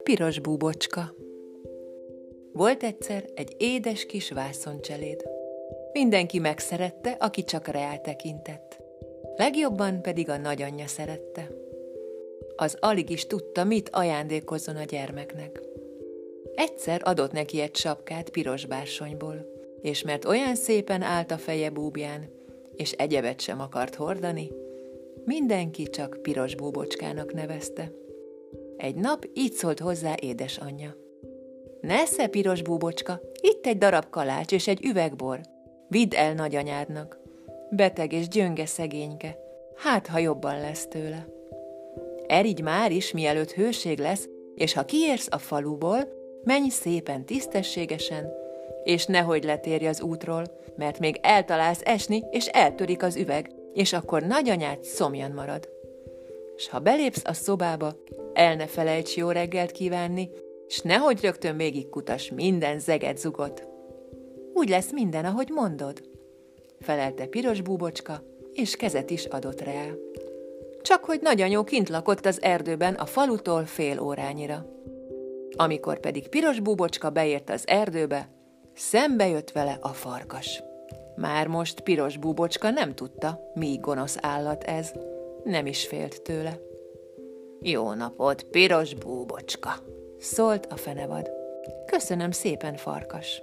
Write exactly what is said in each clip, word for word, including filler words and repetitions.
Piros búbocska. Volt egyszer egy édes kis vászoncseléd. Mindenki megszerette, aki csak reál tekintett. Legjobban pedig a nagyanyja szerette. Az alig is tudta, mit ajándékozzon a gyermeknek. Egyszer adott neki egy sapkát piros bársonyból, és mert olyan szépen állt a feje búbján, és egyebet sem akart hordani, mindenki csak Piros búbocskának nevezte. Egy nap így szólt hozzá édesanyja. Nesze, Piros búbocska, itt egy darab kalács és egy üveg bor. Vidd el nagyanyádnak. Beteg és gyönge szegényke, hát ha jobban lesz tőle. Erigy már is, mielőtt hőség lesz, és ha kiérsz a faluból, menj szépen tisztességesen, és nehogy letérj az útról, mert még eltalálsz esni, és eltörik az üveg, és akkor nagyanyád szomjan marad. S ha belépsz a szobába, el ne felejts jó reggelt kívánni, s nehogy rögtön végigkutass minden zeget zugot. Úgy lesz minden, ahogy mondod, felelte Piros búbocska, és kezet is adott rá. Csak hogy nagyanyó kint lakott az erdőben a falutól fél órányira. Amikor pedig Piros búbocska beért az erdőbe, szembe jött vele a farkas. Már most Piros búbocska nem tudta, mi gonosz állat ez, nem is félt tőle. Jó napot, Piros búbocska, szólt a fenevad. Köszönöm szépen, farkas.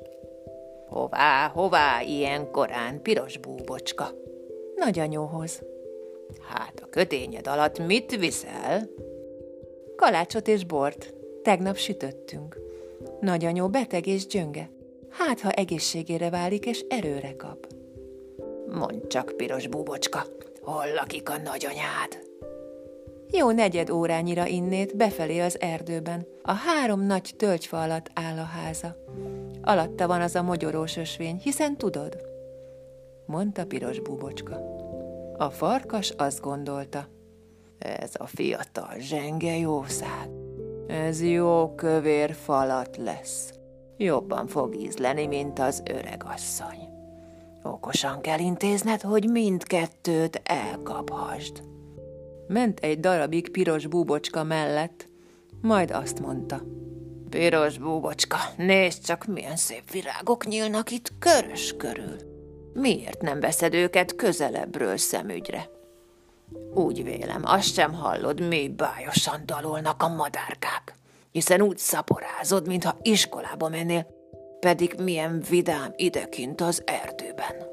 Hová, hová ilyen korán, Piros búbocska? Nagyanyóhoz. Hát a kötényed alatt mit viszel? Kalácsot és bort, tegnap sütöttünk. Nagyanyó beteg és gyönge, hát ha egészségére válik és erőre kap. Mondd csak, Piros búbocska, hol lakik a nagyanyád? Jó negyed órányira innét befelé az erdőben, a három nagy tölgyfa alatt áll a háza. Alatta van az a mogyorós ösvény, hiszen tudod? Mondta Piros búbocska. A farkas azt gondolta. Ez a fiatal zsenge jószág. Ez jó kövér falat lesz. Jobban fog ízleni, mint az öregasszony. Okosan kell intézned, hogy mindkettőt elkaphasd. Ment egy darabig Piros búbocska mellett, majd azt mondta. Piros búbocska, nézd csak, milyen szép virágok nyílnak itt körös körül. Miért nem veszed őket közelebbről szemügyre? Úgy vélem, azt sem hallod, mi bájosan dalolnak a madárkák, hiszen úgy szaporázod, mintha iskolába mennél, pedig milyen vidám idekint az erdőben.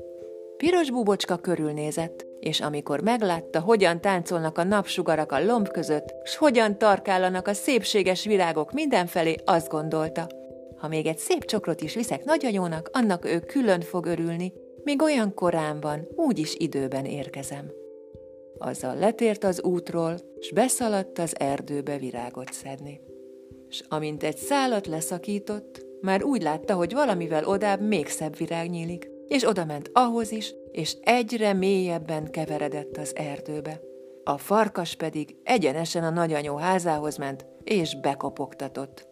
Piros búbocska körülnézett, és amikor meglátta, hogyan táncolnak a napsugarak a lomb között, s hogyan tarkállanak a szépséges virágok mindenfelé, azt gondolta, ha még egy szép csokrot is viszek nagyanyónak, annak ő külön fog örülni, még olyan korán van, úgyis időben érkezem. Azzal letért az útról, s beszaladt az erdőbe virágot szedni. S amint egy szálat leszakított, már úgy látta, hogy valamivel odább még szebb virág nyílik, és odament ahhoz is, és egyre mélyebben keveredett az erdőbe. A farkas pedig egyenesen a nagyanyó házához ment, és bekopogtatott.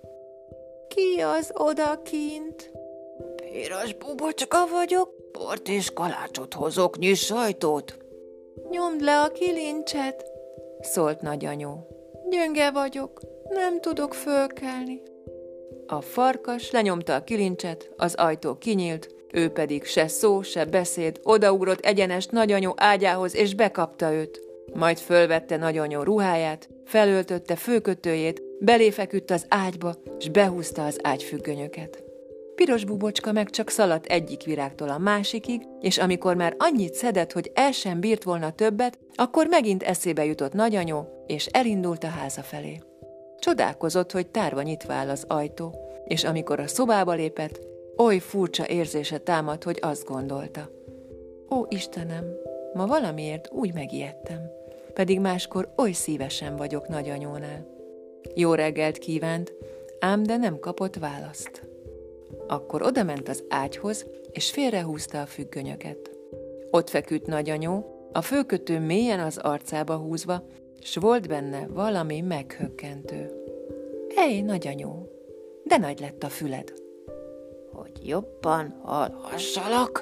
Ki az odakint? Piros búbocska vagyok, bort és kalácsot hozok, nyis sajtót. Nyomd le a kilincset, szólt nagyanyó. Gyönge vagyok, nem tudok fölkelni. A farkas lenyomta a kilincset, az ajtó kinyílt, ő pedig se szó, se beszéd, odaugrott egyenes nagyanyó ágyához, és bekapta őt. Majd fölvette nagyanyó ruháját, felöltötte főkötőjét, beléfeküdt az ágyba, s behúzta az ágyfüggönyöket. Piros búbocska meg csak szaladt egyik virágtól a másikig, és amikor már annyit szedett, hogy el sem bírt volna többet, akkor megint eszébe jutott nagyanyó, és elindult a háza felé. Csodálkozott, hogy tárva nyitva áll az ajtó, és amikor a szobába lépett, oly furcsa érzése támadt, hogy azt gondolta. Ó, Istenem, ma valamiért úgy megijedtem, pedig máskor oly szívesen vagyok nagyanyónál. Jó reggelt kívánt, ám de nem kapott választ. Akkor odament az ágyhoz, és félrehúzta a függönyöket. Ott feküdt nagyanyó, a főkötő mélyen az arcába húzva, s volt benne valami meghökkentő. Ej, nagyanyó, de nagy lett a füled. Hogy jobban hallhassalak?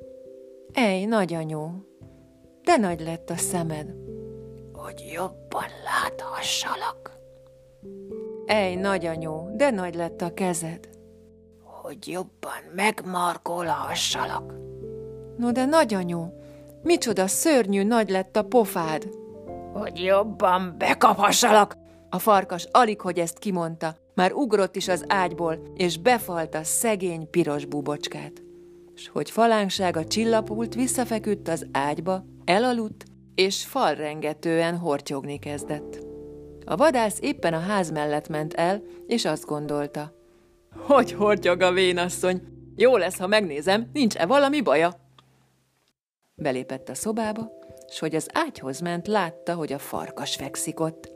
Ej, nagyanyó, de nagy lett a szemed. Hogy jobban láthassalak. Ej, nagyanyó, de nagy lett a kezed. Hogy jobban megmarkolhassalak. No de nagyanyó, micsoda szörnyű nagy lett a pofád. Hogy jobban bekaphassalak. A farkas alig, hogy ezt kimondta, már ugrott is az ágyból, és befalta szegény piros búbocskát. S hogy falánksága csillapult, visszafeküdt az ágyba, elaludt, és falrengetően hortyogni kezdett. A vadász éppen a ház mellett ment el, és azt gondolta. Hogy hortyog a vénasszony? Jó lesz, ha megnézem, nincs-e valami baja? Belépett a szobába, s hogy az ágyhoz ment, látta, hogy a farkas fekszik ott.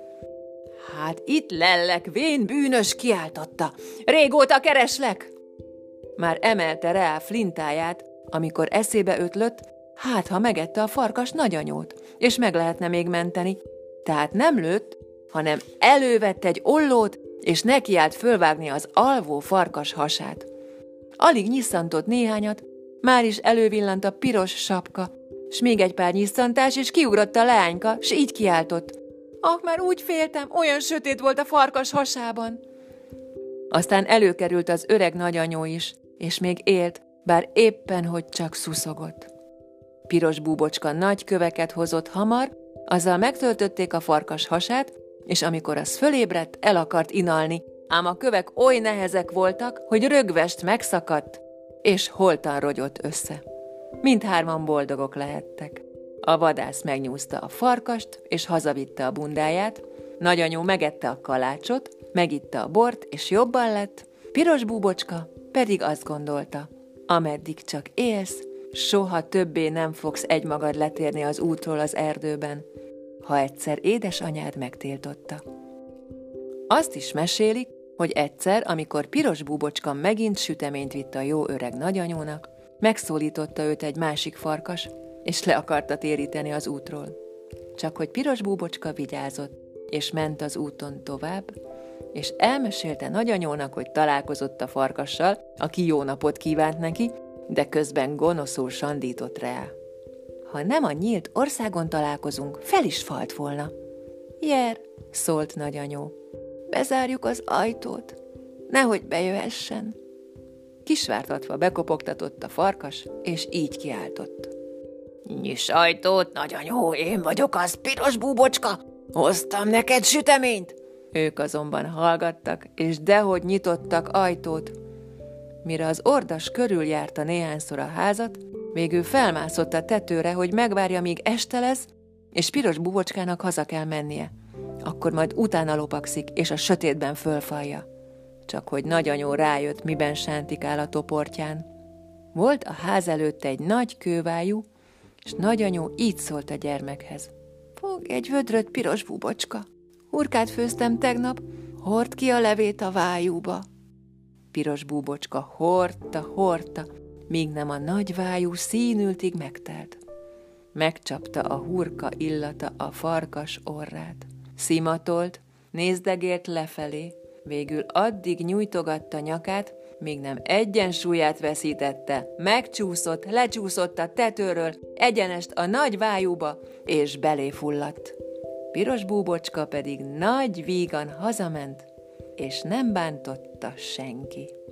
Hát itt lellek, vén bűnös, kiáltotta. Régóta kereslek! Már emelte rá flintáját, amikor eszébe ötlött, hát ha megette a farkas nagyanyót, és meg lehetne még menteni. Tehát nem lőtt, hanem elővett egy ollót, és nekiállt fölvágni az alvó farkas hasát. Alig nyisszantott néhányat, már is elővillant a piros sapka, s még egy pár nyisszantás, és kiugrott a leányka, s így kiáltott. Ah, már úgy féltem, olyan sötét volt a farkas hasában. Aztán előkerült az öreg nagyanyó is, és még élt, bár éppen, hogy csak szuszogott. Piros búbocska nagy köveket hozott hamar, azzal megtöltötték a farkas hasát, és amikor az fölébredt, el akart inalni, ám a kövek oly nehezek voltak, hogy rögvest megszakadt, és holtan rogyott össze. Mindhárman boldogok lehettek. A vadász megnyúzta a farkast, és hazavitte a bundáját, nagyanyó megette a kalácsot, megitta a bort, és jobban lett, piros búbocska pedig azt gondolta, ameddig csak élsz, soha többé nem fogsz egymagad letérni az útról az erdőben, ha egyszer édesanyád megtiltotta. Azt is mesélik, hogy egyszer, amikor piros búbocska megint süteményt vitt a jó öreg nagyanyónak, megszólította őt egy másik farkas, és le akarta téríteni az útról. Csak hogy piros búbocska vigyázott, és ment az úton tovább, és elmesélte nagyanyónak, hogy találkozott a farkassal, aki jó napot kívánt neki, de közben gonoszul sandított rá. Ha nem a nyílt országon találkozunk, fel is falt volna. Jer, szólt nagyanyó, bezárjuk az ajtót, nehogy bejöhessen. Kisvártatva bekopogtatott a farkas, és így kiáltott. Nyiss ajtót, nagyanyó, én vagyok az, piros búbocska, hoztam neked süteményt. Ők azonban hallgattak, és dehogy nyitottak ajtót. Mire az ordas körüljárta néhányszor a házat, végül felmászott a tetőre, hogy megvárja, míg este lesz, és piros búbocskának haza kell mennie. Akkor majd utána lopakszik, és a sötétben fölfalja. Csak hogy nagyanyó rájött, miben sántikál a toportján. Volt a ház előtt egy nagy kővájú, és nagyanyó így szólt a gyermekhez. Fogj egy vödröt, piros búbocska. Hurkát főztem tegnap, hord ki a levét a vájúba. Piros búbocska hordta, hordta, míg nem a nagy vájú színültig megtelt. Megcsapta a hurka illata a farkas orrát. Szimatolt, nézdegélt lefelé, végül addig nyújtogatta nyakát, míg nem egyensúlyát veszítette, megcsúszott, lecsúszott a tetőről, egyenest a nagy vájúba, és belé fulladt. Piros búbocska pedig nagy vígan hazament, és nem bántotta senki.